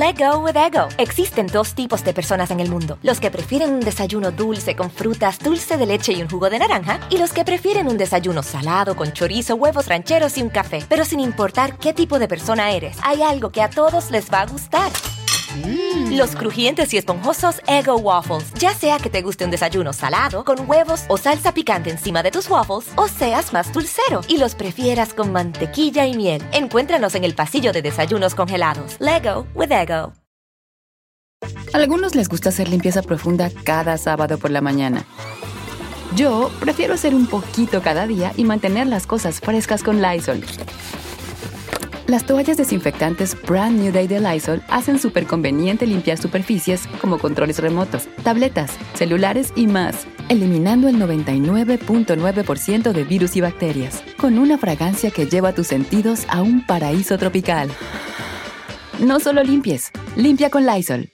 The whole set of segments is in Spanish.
Let go with ego. Existen dos tipos de personas en el mundo. Los que prefieren un desayuno dulce con frutas, dulce de leche y un jugo de naranja. Y los que prefieren un desayuno salado con chorizo, huevos rancheros y un café. Pero sin importar qué tipo de persona eres, hay algo que a todos les va a gustar. Los crujientes y esponjosos Eggo Waffles. Ya sea que te guste un desayuno salado, con huevos o salsa picante encima de tus waffles, o seas más dulcero y los prefieras con mantequilla y miel. Encuéntranos en el pasillo de desayunos congelados. Lego with Eggo. A algunos les gusta hacer limpieza profunda cada sábado por la mañana. Yo prefiero hacer un poquito cada día y mantener las cosas frescas con Lysol. Las toallas desinfectantes Brand New Day de Lysol hacen súper conveniente limpiar superficies como controles remotos, tabletas, celulares y más, eliminando el 99.9% de virus y bacterias, con una fragancia que lleva tus sentidos a un paraíso tropical. No solo limpies, limpia con Lysol.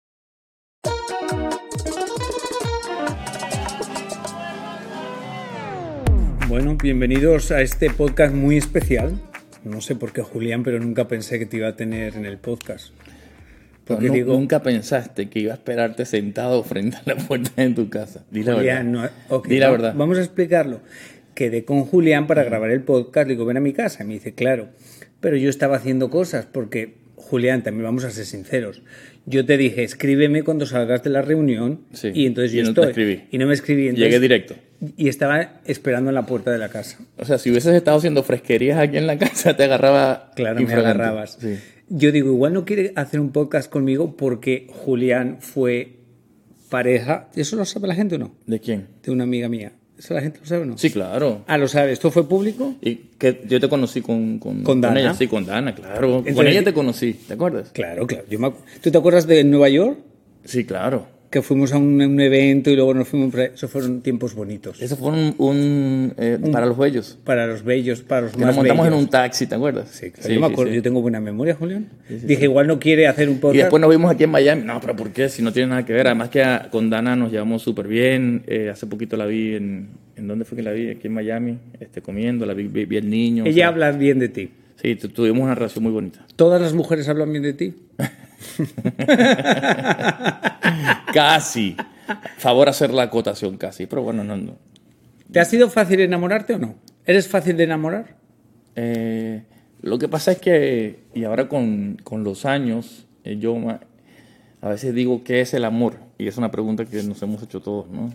Bueno, bienvenidos a este podcast muy especial. No sé por qué, Julián, pero nunca pensé que te iba a tener en el podcast. Porque nunca pensaste que iba a esperarte sentado frente a la puerta de tu casa. Di la Julián, verdad. Di la verdad. Vamos a explicarlo. Quedé con Julián para grabar el podcast. Le digo, ven a mi casa. Y me dice, claro. Pero yo estaba haciendo cosas porque, Julián, también vamos a ser sinceros. Yo te dije, escríbeme cuando salgas de la reunión. Sí. Y entonces yo no estoy. Te escribí. Y no me escribí. Entonces, llegué directo. Y estaba esperando en la puerta de la casa. O sea, si hubieses estado haciendo fresquerías aquí en la casa, te agarraba. Claro, me agarrabas. Sí. Yo digo, igual no quiere hacer un podcast conmigo porque Julián fue pareja. ¿Eso lo sabe la gente o no? ¿De quién? De una amiga mía. ¿Eso la gente lo sabe o no? Sí, claro. Ah, lo sabe. ¿Esto fue público? Y que yo te conocí con Dana. ella. Sí, con Dana, claro. Entonces, con ella te conocí, ¿te acuerdas? Claro. ¿Tú te acuerdas de Nueva York? Sí, claro. Que fuimos a un evento y luego nos fuimos... Eso fueron tiempos bonitos. Eso fue para los bellos. Para los bellos, para los que más nos montamos bellos. en un taxi, ¿te acuerdas? Sí, claro. Yo me acuerdo. Sí. Yo tengo buena memoria, Julián. Dije, igual no quiere hacer un podcast. Y después nos vimos aquí en Miami. No, pero ¿por qué? Si no tiene nada que ver. Además que con Dana nos llevamos súper bien. Hace poquito la vi ¿En dónde fue que la vi? Aquí en Miami, comiendo. La vi el niño. Ella habla bien de ti. Sí, tuvimos una relación muy bonita. ¿Todas las mujeres hablan bien de ti? Casi. Favor hacer la acotación casi, pero bueno, no. ¿Te ha sido fácil enamorarte o no? ¿Eres fácil de enamorar? Lo que pasa es que, y ahora con los años, yo a veces digo, ¿qué es el amor? Y es una pregunta que nos hemos hecho todos, ¿no?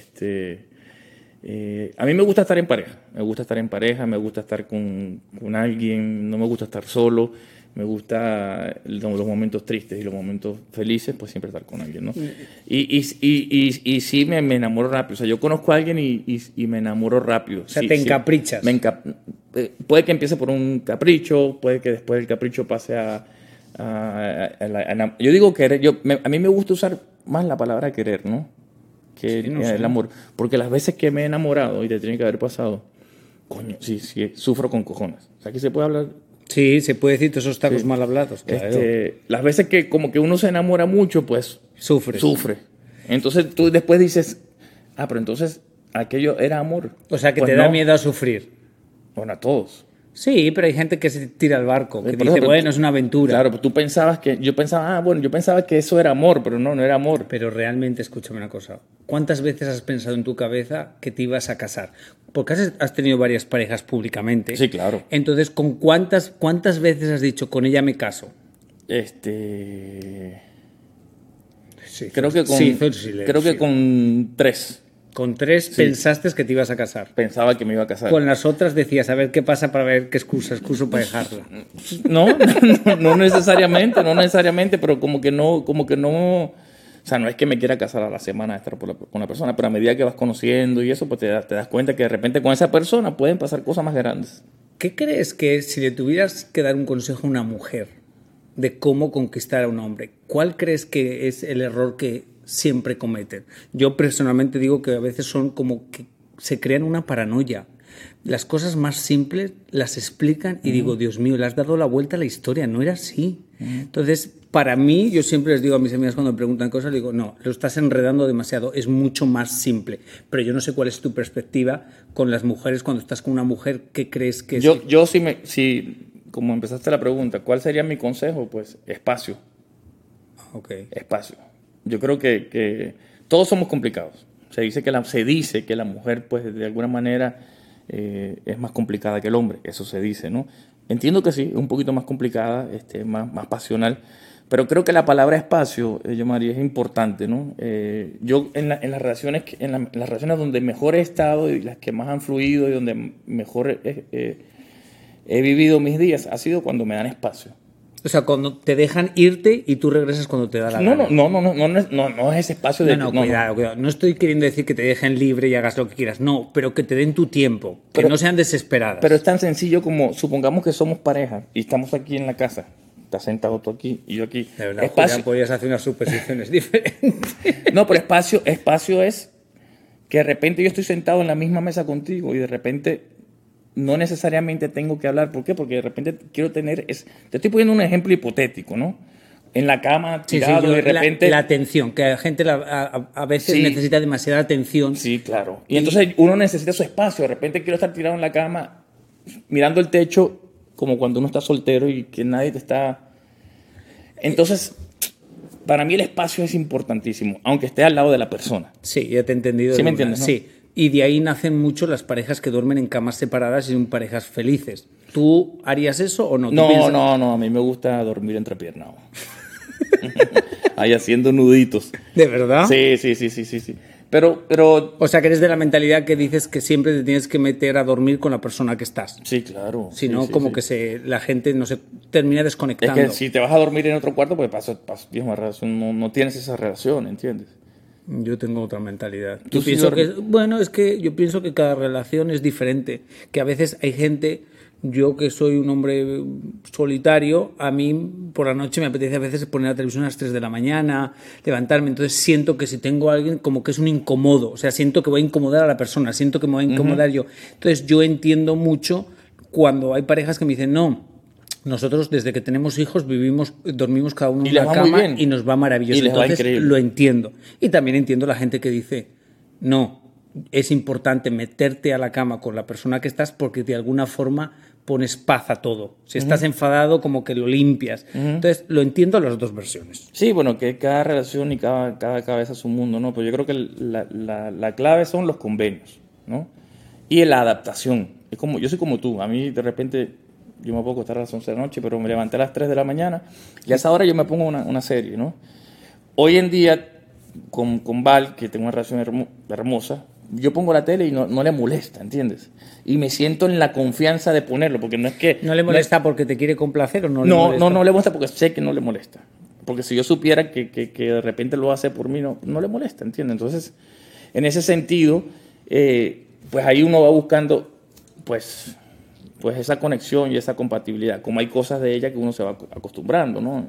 A mí me gusta estar en pareja, me gusta estar con alguien, no me gusta estar solo. Me gusta los momentos tristes y los momentos felices, pues siempre estar con alguien, ¿no? Y sí me enamoro rápido. O sea, yo conozco a alguien y me enamoro rápido. O sea, sí, te encaprichas. Puede que empiece por un capricho, puede que después del capricho pase yo digo querer. A mí me gusta usar más la palabra querer, ¿no? Que el amor. Porque las veces que me he enamorado, y te tiene que haber pasado, coño, sí, sufro con cojones. O sea, aquí se puede hablar... Sí, se puede decir todos esos tacos mal hablados. Claro. Las veces que como que uno se enamora mucho, pues sufre. Entonces tú después dices, pero entonces aquello era amor. O sea, que pues te da miedo a sufrir. Bueno, a todos. Sí, pero hay gente que se tira al barco, que dice, bueno, es una aventura. Claro, pero yo pensaba que eso era amor, pero no era amor. Pero realmente, escúchame una cosa, ¿cuántas veces has pensado en tu cabeza que te ibas a casar? Porque has tenido varias parejas públicamente. Sí, claro. Entonces, ¿con cuántas veces has dicho, con ella me caso? Sí, creo que con 3. Con 3 pensaste que te ibas a casar. Pensaba que me iba a casar. Con las otras decías, a ver qué pasa para ver qué excuso para dejarla. No necesariamente, pero como que no. O sea, no es que me quiera casar a la semana de estar con la persona, pero a medida que vas conociendo y eso, pues te das cuenta que de repente con esa persona pueden pasar cosas más grandes. ¿Qué crees que si le tuvieras que dar un consejo a una mujer de cómo conquistar a un hombre, cuál crees que es el error que siempre cometen? Yo personalmente digo que a veces son como que se crean una paranoia. Las cosas más simples las explican y digo, Dios mío, le has dado la vuelta a la historia, no era así. Entonces, para mí, yo siempre les digo a mis amigas cuando me preguntan cosas, digo, no, lo estás enredando demasiado, es mucho más simple. Pero yo no sé cuál es tu perspectiva con las mujeres, cuando estás con una mujer, ¿qué crees que es? Yo como empezaste la pregunta, ¿cuál sería mi consejo? Pues espacio. Okay. Espacio. Yo creo que todos somos complicados. Se dice que la mujer, pues, de alguna manera es más complicada que el hombre. Eso se dice, ¿no? Entiendo que sí, es un poquito más complicada, más pasional. Pero creo que la palabra espacio, yo María, es importante, ¿no? Yo en las relaciones donde mejor he estado y las que más han fluido y donde mejor he vivido mis días ha sido cuando me dan espacio. O sea, cuando te dejan irte y tú regresas cuando te da la gana. No es ese espacio de... Cuidado. No estoy queriendo decir que te dejen libre y hagas lo que quieras. No, pero que te den tu tiempo. Que no sean desesperadas. Pero es tan sencillo como, supongamos que somos pareja y estamos aquí en la casa. Estás sentado tú aquí y yo aquí. De verdad, Julián, podrías hacer unas suposiciones diferentes. No, pero espacio es que de repente yo estoy sentado en la misma mesa contigo y de repente... no necesariamente tengo que hablar. ¿Por qué? Porque de repente quiero tener... Te estoy poniendo un ejemplo hipotético, ¿no? En la cama, tirado, y de repente... La atención, que la gente a veces necesita demasiada atención. Sí, claro. Y entonces uno necesita su espacio. De repente quiero estar tirado en la cama, mirando el techo, como cuando uno está soltero y que nadie te está... Entonces, para mí el espacio es importantísimo, aunque esté al lado de la persona. Sí, ya te he entendido. ¿Sí me entiendes, no? Sí. Y de ahí nacen mucho las parejas que duermen en camas separadas y son parejas felices. ¿Tú harías eso o no? No, a mí me gusta dormir entrepiernado. Ahí haciendo nuditos. ¿De verdad? Sí. Pero... O sea, que eres de la mentalidad que dices que siempre te tienes que meter a dormir con la persona que estás. Sí, claro. Si no, que la gente no se termina desconectando. Es que si te vas a dormir en otro cuarto, pues tienes una relación, no tienes esa relación, ¿entiendes? Yo tengo otra mentalidad. Yo pienso que cada relación es diferente. Que a veces hay gente, yo que soy un hombre solitario, a mí por la noche me apetece a veces poner la televisión a las 3 de la mañana, levantarme. Entonces siento que si tengo a alguien como que es un incomodo. O sea, siento que voy a incomodar a la persona, siento que me voy a incomodar yo. Entonces yo entiendo mucho cuando hay parejas que me dicen, no, nosotros desde que tenemos hijos dormimos cada uno en una cama y nos va maravilloso. Y les va Entonces lo entiendo. Y también entiendo la gente que dice, no, es importante meterte a la cama con la persona que estás porque de alguna forma pones paz a todo. Si estás enfadado, como que lo limpias. Entonces lo entiendo las dos versiones. Sí, bueno, que cada relación y cada cabeza es un mundo, ¿no? Pero yo creo que la clave son los convenios, ¿no? Y la adaptación. Yo soy como tú. A mí de repente... Yo me puedo acostar a las 11 de la noche, pero me levanté a las 3 de la mañana y a esa hora yo me pongo una serie, ¿no? Hoy en día, con Val, que tengo una relación hermosa, yo pongo la tele y no le molesta, ¿entiendes? Y me siento en la confianza de ponerlo, porque no es que... ¿No le molesta porque te quiere complacer o no le molesta? No le molesta porque sé que no le molesta. Porque si yo supiera que de repente lo hace por mí, no le molesta, ¿entiendes? Entonces, en ese sentido, pues ahí uno va buscando, pues esa conexión y esa compatibilidad. Como hay cosas de ella que uno se va acostumbrando, ¿no?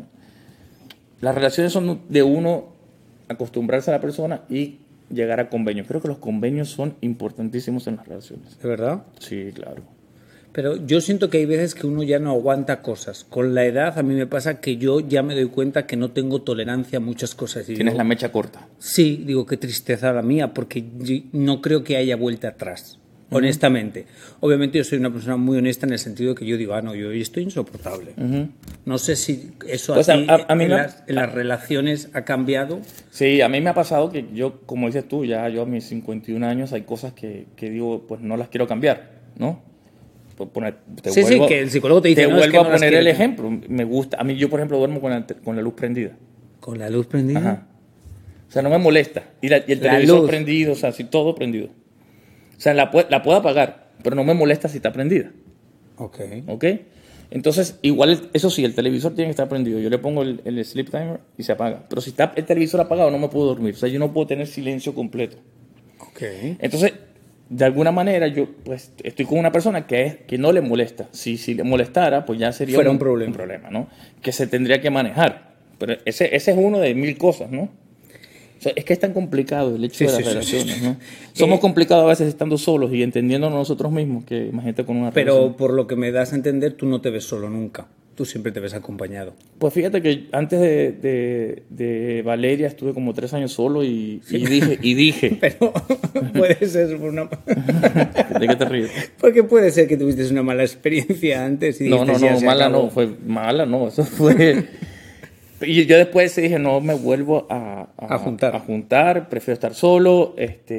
Las relaciones son de uno acostumbrarse a la persona y llegar a convenios. Creo que los convenios son importantísimos en las relaciones. ¿De verdad? Sí, claro. Pero yo siento que hay veces que uno ya no aguanta cosas. Con la edad a mí me pasa que yo ya me doy cuenta que no tengo tolerancia a muchas cosas. Y ¿Tienes la mecha corta? Sí, digo, qué tristeza la mía, porque no creo que haya vuelta atrás. Honestamente. Obviamente yo soy una persona muy honesta en el sentido que yo digo, no, yo hoy estoy insoportable. No sé si eso pues en las relaciones ha cambiado. Sí, a mí me ha pasado que yo, como dices tú, yo a mis 51 años hay cosas que digo, pues no las quiero cambiar, ¿no? Que el psicólogo te dice, vuelvo a poner el ejemplo. Me gusta, a mí yo por ejemplo duermo con la luz prendida. ¿Con la luz prendida? Ajá. O sea, no me molesta. Y el televisor prendido, o sea, sí, todo prendido. O sea, la puedo apagar, pero no me molesta si está prendida. Ok. Entonces, igual, eso sí, el televisor tiene que estar prendido. Yo le pongo el sleep timer y se apaga. Pero si está el televisor apagado, no me puedo dormir. O sea, yo no puedo tener silencio completo. Ok. Entonces, de alguna manera, yo pues estoy con una persona que no le molesta. Si le molestara, pues ya sería un problema, ¿no? Que se tendría que manejar. Pero ese es uno de 1000 cosas, ¿no? O sea, es que es tan complicado el hecho de las relaciones, ¿no? Somos complicados a veces estando solos y entendiéndonos nosotros mismos, que imagínate con una relación. Pero por lo que me das a entender, tú no te ves solo nunca. Tú siempre te ves acompañado. Pues fíjate que antes de Valeria estuve como 3 años solo y dije... Pero puede ser por una... ¿De qué te ríes? Porque puede ser que tuviste una mala experiencia antes y No, mala no, eso fue... Y yo después dije, no me vuelvo juntar. a juntar, prefiero estar solo,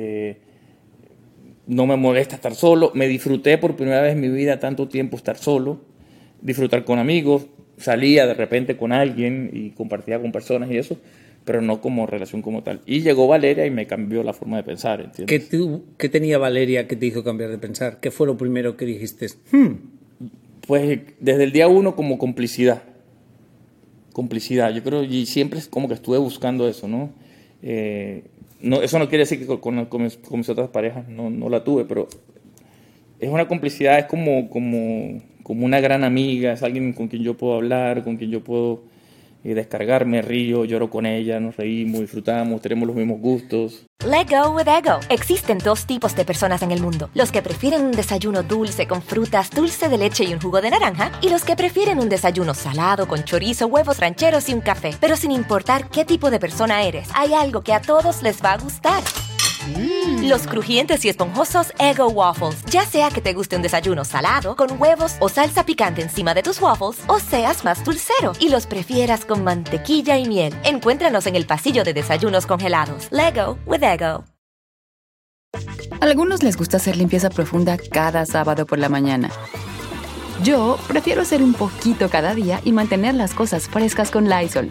no me molesta estar solo. Me disfruté por primera vez en mi vida tanto tiempo estar solo, disfrutar con amigos, salía de repente con alguien y compartía con personas y eso, pero no como relación como tal. Y llegó Valeria y me cambió la forma de pensar, ¿entiendes? ¿Qué tenía Valeria que te hizo cambiar de pensar? ¿Qué fue lo primero que dijiste? Pues desde el día uno como complicidad. Complicidad, yo creo, y siempre es como que estuve buscando eso, ¿no? Eso no quiere decir que con mis otras parejas no la tuve, pero es una complicidad, es como una gran amiga, es alguien con quien yo puedo hablar, con quien yo puedo descargarme, río, lloro con ella, nos reímos, disfrutamos, tenemos los mismos gustos. Let go with ego. Existen dos tipos de personas en el mundo. Los que prefieren un desayuno dulce con frutas, dulce de leche y un jugo de naranja. Y los que prefieren un desayuno salado con chorizo, huevos rancheros y un café. Pero sin importar qué tipo de persona eres, hay algo que a todos les va a gustar. Los crujientes y esponjosos Eggo Waffles. Ya sea que te guste un desayuno salado, con huevos o salsa picante encima de tus waffles, o seas más dulcero y los prefieras con mantequilla y miel. Encuéntranos en el pasillo de desayunos congelados. Lego with Eggo. A algunos les gusta hacer limpieza profunda cada sábado por la mañana. Yo prefiero hacer un poquito cada día y mantener las cosas frescas con Lysol.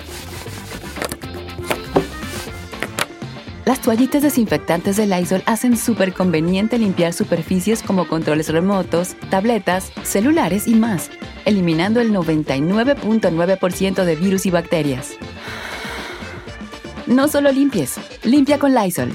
Las toallitas desinfectantes de Lysol hacen súper conveniente limpiar superficies como controles remotos, tabletas, celulares y más, eliminando el 99.9% de virus y bacterias. No solo limpies, limpia con Lysol.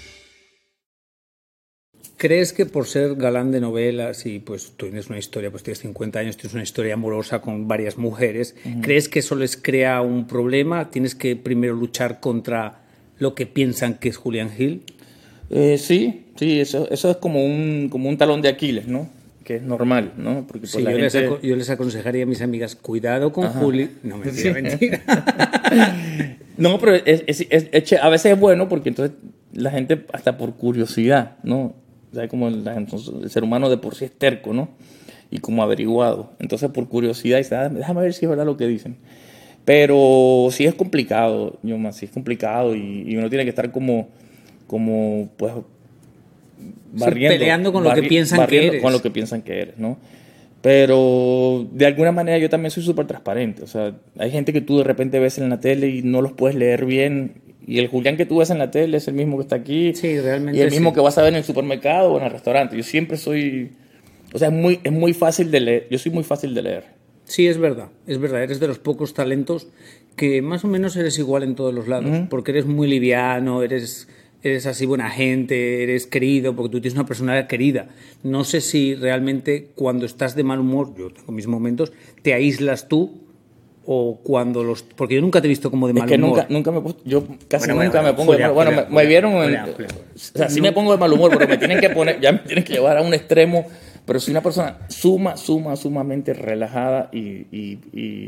¿Crees que por ser galán de novelas y pues tú tienes una historia, pues tienes 50 años, tienes una historia amorosa con varias mujeres, ¿crees que eso les crea un problema? ¿Tienes que primero luchar contra lo que piensan que es Julián Gil? Sí, eso es como un talón de Aquiles, ¿no? Que es normal, ¿no? Porque sí, yo les aconsejaría a mis amigas, cuidado con Juli. No, mentira. No, pero a veces es bueno porque entonces la gente, hasta por curiosidad, ¿no? O sea, como el ser humano de por sí es terco, ¿no? Y como averiguado. Entonces, por curiosidad, dice, déjame ver si es verdad lo que dicen. Pero sí es complicado, sí es complicado y uno tiene que estar como pues barriendo. Sí, peleando con lo que piensan que eres. Con lo que piensan que eres, ¿no? Pero de alguna manera yo también soy súper transparente. O sea, hay gente que tú de repente ves en la tele y no los puedes leer bien. Y el Julián que tú ves en la tele es el mismo que está aquí. Sí, realmente. Y el mismo que vas a ver en el supermercado o en el restaurante. Yo siempre soy... O sea, es muy fácil de leer. Yo soy muy fácil de leer. Sí, es verdad, eres de los pocos talentos que más o menos eres igual en todos los lados, porque eres muy liviano, eres así buena gente, eres querido, porque tú tienes una personalidad querida. No sé si realmente cuando estás de mal humor, yo tengo mis momentos, te aíslas tú o cuando porque yo nunca te he visto como de mal humor. Nunca me pongo, yo casi nunca me pongo de mal humor. Bueno, me vieron o sea, sí me pongo de mal humor, pero me tienen que poner, ya me tienen que llevar a un extremo. Pero soy una persona sumamente relajada y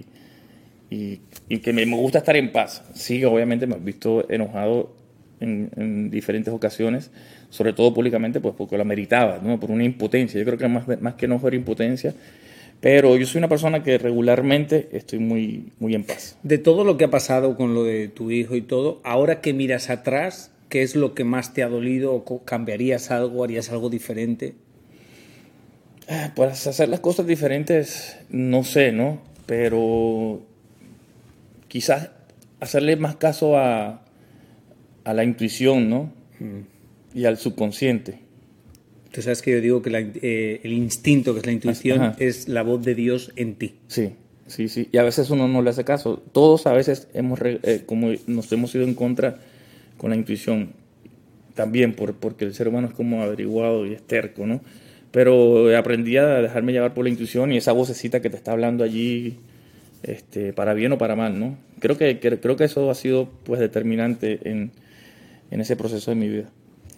que me gusta estar en paz. Sí, obviamente me he visto enojado en diferentes ocasiones, sobre todo públicamente, pues porque lo meritaba, ¿no? Por una impotencia. Yo creo que más que enojo era impotencia. Pero yo soy una persona que regularmente estoy muy en paz. De todo lo que ha pasado con lo de tu hijo y todo, ahora que miras atrás, ¿qué es lo que más te ha dolido? ¿O cambiarías algo? ¿Harías algo diferente? Pues hacer las cosas diferentes, no sé, ¿no? Pero quizás hacerle más caso a la intuición, ¿no? Y al subconsciente. Tú sabes que yo digo que el instinto, que es la intuición, es la voz de Dios en ti. Sí. Y a veces uno no le hace caso. Todos a veces como nos hemos ido en contra con la intuición. También porque el ser humano es como averiguado y es terco, ¿no? Pero aprendí a dejarme llevar por la intuición y esa vocecita que te está hablando allí, para bien o para mal, ¿no? Creo que eso ha sido pues determinante en ese proceso de mi vida.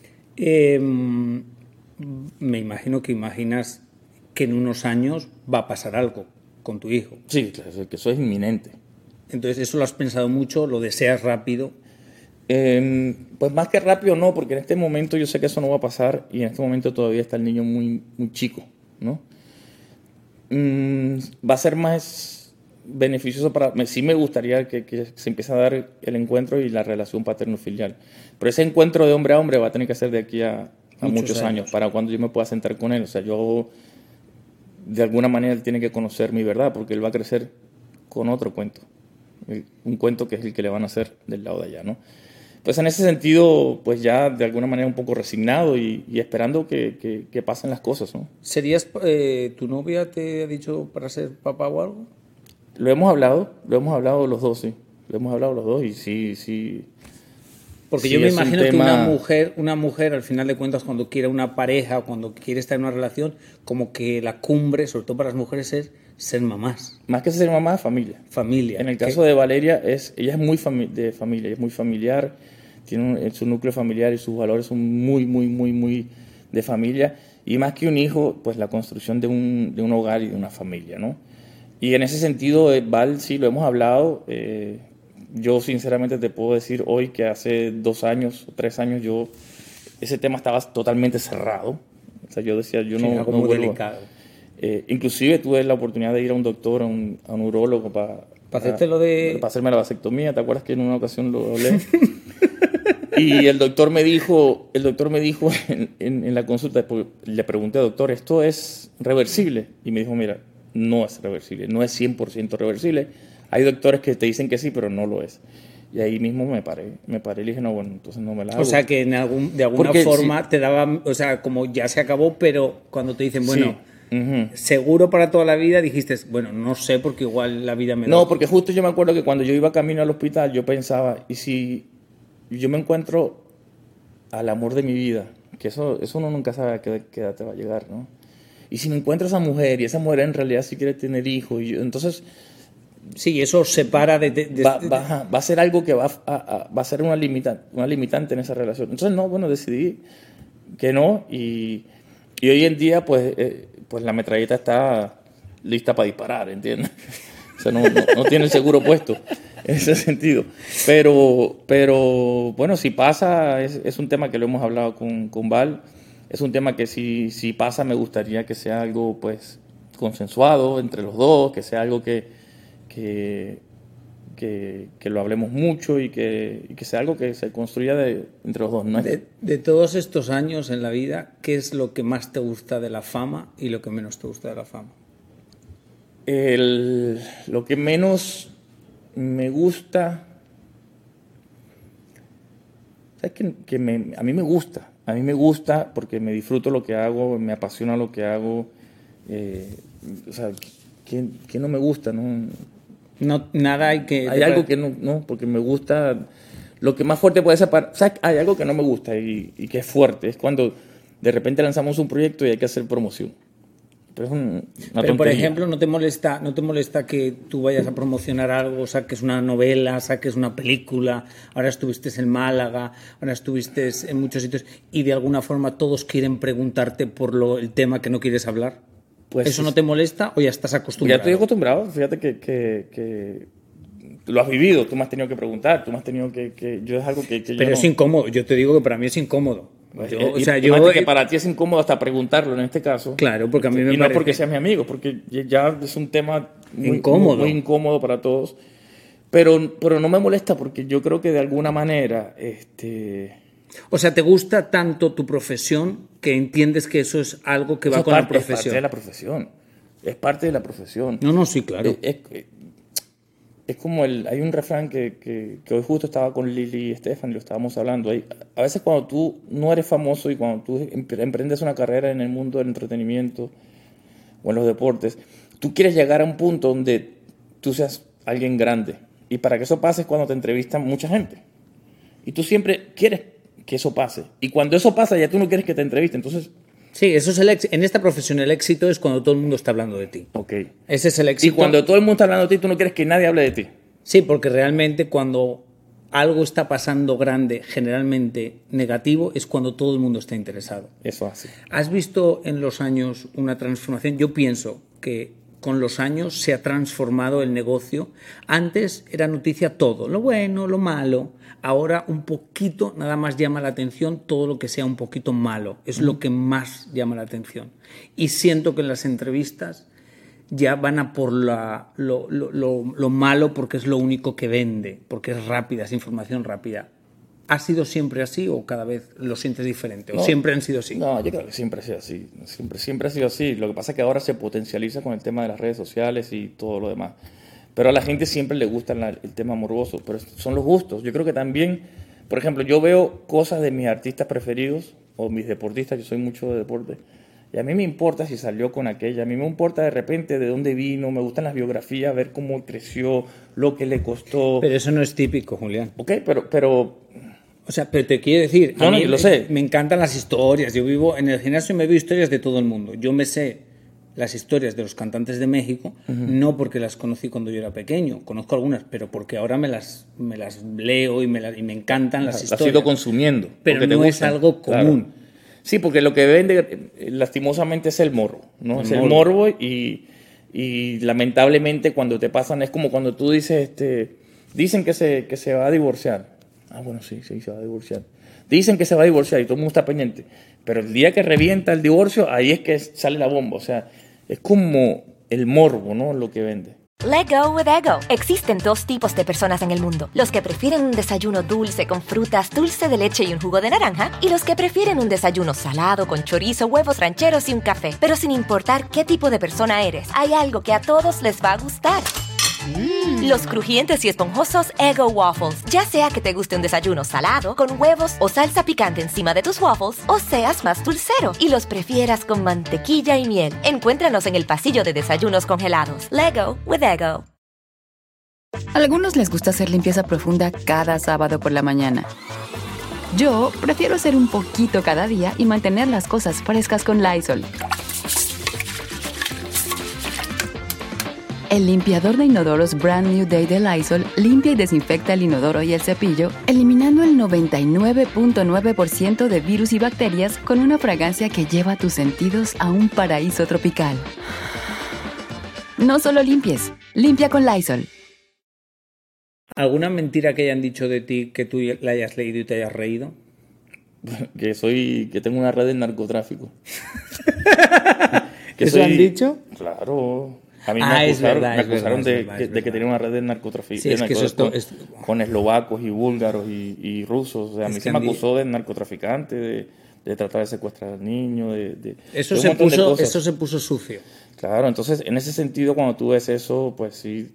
Me imagino que imaginas que en unos años va a pasar algo con tu hijo. Sí, claro, que eso es inminente. Entonces, ¿eso lo has pensado mucho? ¿Lo deseas rápido? Pues más que rápido no, porque en este momento yo sé que eso no va a pasar y en este momento todavía está el niño muy chico, ¿no? Va a ser más beneficioso sí me gustaría que se empiece a dar el encuentro y la relación paterno-filial. Pero ese encuentro de hombre a hombre va a tener que ser de aquí a muchos años, para cuando yo me pueda sentar con él. O sea, yo, de alguna manera, él tiene que conocer mi verdad, porque él va a crecer con otro cuento. Un cuento que es el que le van a hacer del lado de allá, ¿no? Pues en ese sentido, pues ya de alguna manera un poco resignado y esperando que pasen las cosas, ¿no? ¿Serías, tu novia te ha dicho para ser papá o algo? Lo hemos hablado los dos, sí. Lo hemos hablado los dos y sí. Porque sí, yo me imagino que tema... una mujer, al final de cuentas, cuando quiere una pareja o cuando quiere estar en una relación, como que la cumbre, sobre todo para las mujeres, es ser mamás. Más que ser mamá, familia. Familia. En el caso de Valeria, ella es muy de familia, es muy familiar, tiene su núcleo familiar y sus valores son muy de familia. Y más que un hijo, pues la construcción de un hogar y de una familia, ¿no? Y en ese sentido, Val, sí, lo hemos hablado. Yo sinceramente te puedo decir hoy que hace 2 años o 3 años ese tema estaba totalmente cerrado. O sea, yo decía, yo no algo muy vuelvo. delicado. Inclusive tuve la oportunidad de ir a un doctor, a un urólogo para hacerme la vasectomía. ¿Te acuerdas que en una ocasión lo hablé? Y el doctor me dijo en la consulta, le pregunté, doctor, ¿esto es reversible? Y me dijo, mira, no es reversible, no es 100% reversible. Hay doctores que te dicen que sí, pero no lo es. Y ahí mismo me paré y dije, no, bueno, entonces no me la hago. O sea, que de alguna forma te daba, o sea, como ya se acabó, pero cuando te dicen, bueno, seguro para toda la vida, dijiste, bueno, no sé, porque igual la vida me da. No, porque justo yo me acuerdo que cuando yo iba camino al hospital, yo pensaba, ¿y si yo me encuentro al amor de mi vida? Que eso uno nunca sabe a qué edad te va a llegar, ¿no? Y si me encuentro a esa mujer, y esa mujer en realidad sí quiere tener hijos, entonces... Sí, eso separa va a ser algo que va a ser una limitante en esa relación. Entonces, no, bueno, decidí que no, y hoy en día, pues la metralleta está lista para disparar, ¿entiendes? O sea, no tiene el seguro puesto en ese sentido. Pero bueno, si pasa, es un tema que lo hemos hablado con Val. Es un tema que si pasa, me gustaría que sea algo, pues, consensuado entre los dos, que sea algo que lo hablemos mucho y que sea algo que se construya entre los dos, ¿no? De todos estos años en la vida, ¿qué es lo que más te gusta de la fama y lo que menos te gusta de la fama? Lo que menos me gusta, ¿sabes? A mí me gusta porque me disfruto lo que hago, me apasiona lo que hago. O sea, ¿qué no me gusta? No, nada hay que... Hay algo que no, porque me gusta. Lo que más fuerte puede ser o sea, hay algo que no me gusta y que es fuerte. Es cuando de repente lanzamos un proyecto y hay que hacer promoción. Pero por ejemplo, ¿no te molesta que tú vayas a promocionar algo, saques una novela, saques una película, ahora estuviste en Málaga, ahora estuviste en muchos sitios y de alguna forma todos quieren preguntarte por el tema que no quieres hablar? Pues ¿eso no te molesta o ya estás acostumbrado? Ya estoy acostumbrado. Fíjate que lo has vivido, tú me has tenido que preguntar, tú me has tenido que yo es algo que Pero yo es incómodo, yo te digo que para mí es incómodo. Que para ti es incómodo hasta preguntarlo en este caso. Claro, porque a mí me parece... no porque seas mi amigo, porque ya es un tema muy incómodo para todos. Pero no me molesta porque yo creo que de alguna manera... O sea, ¿te gusta tanto tu profesión que entiendes que eso es algo que va con la profesión? Es parte de la profesión. Es parte de la profesión. No, sí, claro. Es como hay un refrán que hoy justo estaba con Lili y Estefan y lo estábamos hablando. A veces cuando tú no eres famoso y cuando tú emprendes una carrera en el mundo del entretenimiento o en los deportes, tú quieres llegar a un punto donde tú seas alguien grande. Y para que eso pase es cuando te entrevistan mucha gente. Y tú siempre quieres que eso pase. Y cuando eso pasa ya tú no quieres que te entrevisten. Entonces... Sí, eso es el éxito. En esta profesión el éxito es cuando todo el mundo está hablando de ti. Ok. Ese es el éxito. Y cuando todo el mundo está hablando de ti, tú no quieres que nadie hable de ti. Sí, porque realmente cuando algo está pasando grande, generalmente negativo, es cuando todo el mundo está interesado. Eso así. ¿Has visto en los años una transformación? Yo pienso que con los años se ha transformado el negocio. Antes era noticia todo, lo bueno, lo malo. Ahora un poquito nada más llama la atención todo lo que sea un poquito malo. Es lo que más llama la atención. Y siento que en las entrevistas ya van a por lo malo porque es lo único que vende, porque es rápida, es información rápida. ¿Ha sido siempre así o cada vez lo sientes diferente? ¿O No, siempre han sido así? No, yo creo que siempre ha sido así. Siempre ha sido así. Lo que pasa es que ahora se potencializa con el tema de las redes sociales y todo lo demás. Pero a la gente siempre le gusta el tema morboso, pero son los gustos. Yo creo que también, por ejemplo, yo veo cosas de mis artistas preferidos o mis deportistas, yo soy mucho de deporte, y a mí me importa si salió con aquella, a mí me importa de repente de dónde vino, me gustan las biografías, ver cómo creció, lo que le costó. Pero eso no es típico, Julián. Ok, pero O sea, pero te quiero decir, No, a no, mí lo sé. me encantan las historias. Yo vivo en el gimnasio y me veo historias de todo el mundo. Yo me sé las historias de los cantantes de México, no porque las conocí cuando yo era pequeño, conozco algunas, pero porque ahora me las leo y me encantan las las has historias. ido consumiendo. Pero porque te no es gustan. algo común. Claro. Sí, porque lo que vende lastimosamente es el morbo, ¿no? Es el morbo y lamentablemente cuando te pasan es como cuando tú dices, dicen que se va a divorciar. Ah, bueno, sí, se va a divorciar. Dicen que se va a divorciar y todo el mundo está pendiente. Pero el día que revienta el divorcio, ahí es que sale la bomba. O sea, es como el morbo, ¿no? Lo que vende. Let go with ego. Existen dos tipos de personas en el mundo. Los que prefieren un desayuno dulce con frutas, dulce de leche y un jugo de naranja. Y los que prefieren un desayuno salado con chorizo, huevos rancheros y un café. Pero sin importar qué tipo de persona eres, hay algo que a todos les va a gustar. Los crujientes y esponjosos Eggo Waffles. Ya sea que te guste un desayuno salado, con huevos o salsa picante encima de tus waffles, o seas más dulcero y los prefieras con mantequilla y miel. Encuéntranos en el pasillo de desayunos congelados. Lego with Eggo. A algunos les gusta hacer limpieza profunda cada sábado por la mañana. Yo prefiero hacer un poquito cada día y mantener las cosas frescas con Lysol. El limpiador de inodoros Brand New Day de Lysol limpia y desinfecta el inodoro y el cepillo, eliminando el 99.9% de virus y bacterias con una fragancia que lleva tus sentidos a un paraíso tropical. No solo limpies, limpia con Lysol. ¿Alguna mentira que hayan dicho de ti que tú la hayas leído y te hayas reído? Que tengo una red de narcotráfico. ¿Eso han dicho? Claro. A mí Es verdad, me acusaron de que verdad. tenía una red de narcotráfico. Sí, es que eso con eslovacos y búlgaros y rusos. O sea, a mí se me acusó de narcotraficante, de tratar de secuestrar al niño, Eso de un se montón de puso, cosas. eso se puso sucio. Claro, entonces en ese sentido cuando tú ves eso, pues sí,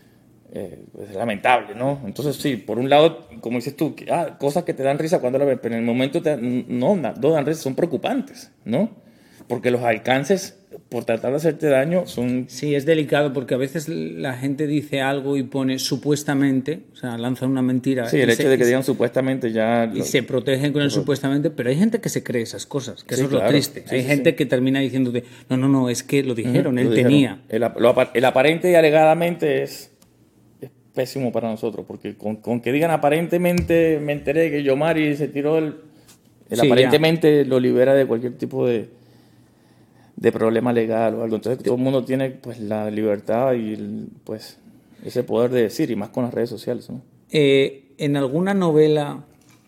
es lamentable, ¿no? Entonces sí, por un lado, como dices tú, cosas que te dan risa cuando la ves, pero en el momento no dan risa, son preocupantes, ¿no? Porque los alcances por tratar de hacerte daño son... Sí, es delicado porque a veces la gente dice algo y pone supuestamente, o sea, lanza una mentira. Sí, el hecho de que digan supuestamente ya... Y se protegen con el supuestamente, pero hay gente que se cree esas cosas, que Sí, eso es lo claro. triste. Sí, hay sí, gente sí. que termina diciéndote, no, es que lo dijeron, él Lo dijeron. tenía. El aparente y alegadamente es pésimo para nosotros, porque con que digan aparentemente me enteré que Yomari se tiró el Sí, aparentemente lo libera de cualquier tipo de problema legal o algo. Entonces todo el mundo tiene pues la libertad y pues ese poder de decir, y más con las redes sociales, ¿no? En alguna novela,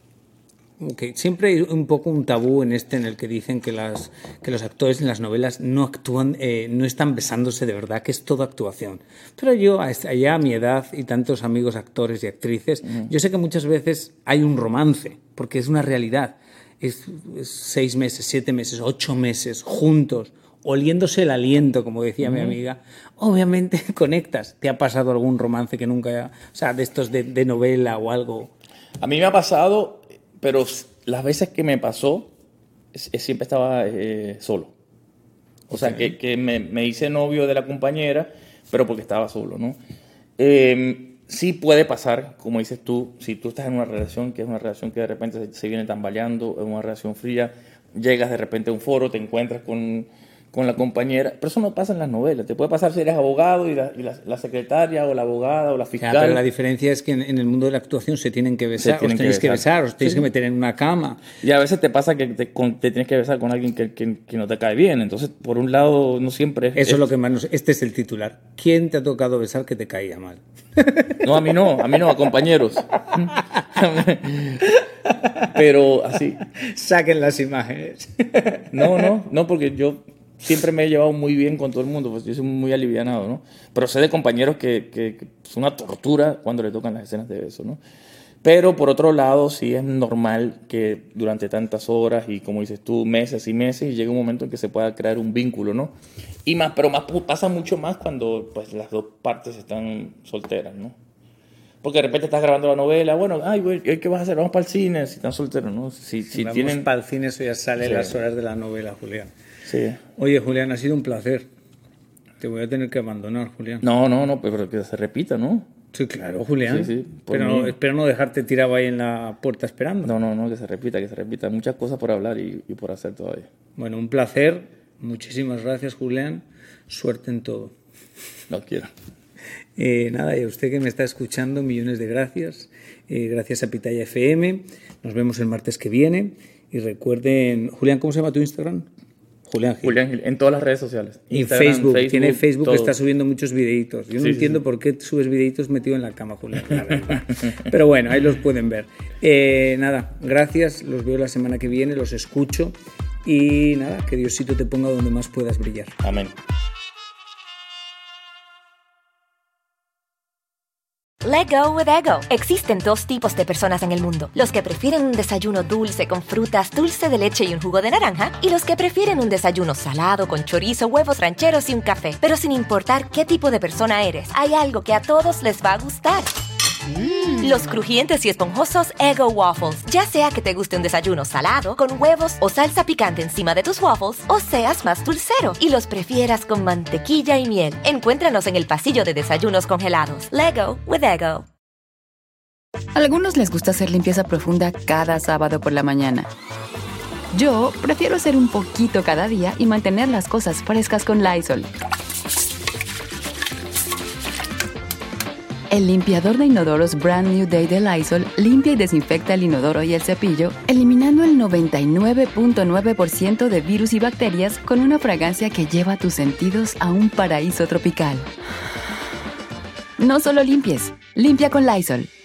que siempre hay un poco un tabú en el que dicen que los actores en las novelas no actúan, no están besándose de verdad, que es toda actuación. Pero yo, allá a mi edad y tantos amigos actores y actrices, yo sé que muchas veces hay un romance, porque es una realidad. Es 6 meses, 7 meses, 8 meses juntos, oliéndose el aliento, como decía mi amiga. Obviamente conectas. ¿Te ha pasado algún romance que nunca, o sea, de estos de novela o algo? A mí me ha pasado, pero las veces que me pasó, siempre estaba solo. O sea, que me hice novio de la compañera, pero porque estaba solo, ¿no? Sí puede pasar, como dices tú, si tú estás en una relación que es una relación que de repente se viene tambaleando, es una relación fría, llegas de repente a un foro, te encuentras con la compañera, pero eso no pasa en las novelas. Te puede pasar si eres abogado y la secretaria o la abogada o la fiscal. Pero la diferencia es que en el mundo de la actuación se tienen que besar, os tenéis que besar, os tenéis que meter en una cama. Y a veces te pasa que te tienes que besar con alguien que no te cae bien. Entonces, por un lado, no siempre Eso es lo que más este es el titular. ¿Quién te ha tocado besar que te caía mal? No, a mí no, a compañeros. Pero así. Saquen las imágenes. No, porque yo siempre me he llevado muy bien con todo el mundo, pues yo soy muy alivianado, ¿no? Pero sé de compañeros que es una tortura cuando le tocan las escenas de beso, ¿no? Pero por otro lado, sí es normal que durante tantas horas y, como dices tú, meses y meses, y llega un momento en que se pueda crear un vínculo, ¿no? Pero pasa mucho más cuando pues, las dos partes están solteras, ¿no? Porque de repente estás grabando la novela, bueno, güey, ¿qué vas a hacer? Vamos para el cine, si están solteros, ¿no? Si Vamos tienen... para el cine, eso ya sale Sí. las horas de la novela, Julián. Sí. Oye, Julián, ha sido un placer. Te voy a tener que abandonar, Julián. No, pero que se repita, ¿no? Sí, claro, Julián. Sí, por pero mí. espero no dejarte tirado ahí en la puerta esperando. No, que se repita. Muchas cosas por hablar y por hacer todavía. Bueno, un placer. Muchísimas gracias, Julián. Suerte en todo. No quiero. Nada, y a usted que me está escuchando, millones de gracias. Gracias a Pitaya FM. Nos vemos el martes que viene. Y recuerden, Julián, ¿cómo se llama tu Instagram? Julián Gil. En todas las redes sociales. Y Instagram, Facebook. Tiene Facebook todo. que está subiendo muchos videitos. Yo no entiendo por qué subes videitos metido en la cama, Julián, la verdad. Pero bueno, ahí los pueden ver. Nada, gracias. Los veo la semana que viene, los escucho. Y nada, que Diosito te ponga donde más puedas brillar. Amén. Let go with ego. Existen dos tipos de personas en el mundo. Los que prefieren un desayuno dulce con frutas, dulce de leche y un jugo de naranja. Y los que prefieren un desayuno salado con chorizo, huevos rancheros y un café. Pero sin importar qué tipo de persona eres, hay algo que a todos les va a gustar. Los crujientes y esponjosos Eggo Waffles. Ya sea que te guste un desayuno salado, con huevos o salsa picante encima de tus waffles, o seas más dulcero y los prefieras con mantequilla y miel. Encuéntranos en el pasillo de desayunos congelados. Lego with Eggo. A algunos les gusta hacer limpieza profunda cada sábado por la mañana. Yo prefiero hacer un poquito cada día y mantener las cosas frescas con Lysol. El limpiador de inodoros Brand New Day de Lysol limpia y desinfecta el inodoro y el cepillo, eliminando el 99.9% de virus y bacterias con una fragancia que lleva tus sentidos a un paraíso tropical. No solo limpies, limpia con Lysol.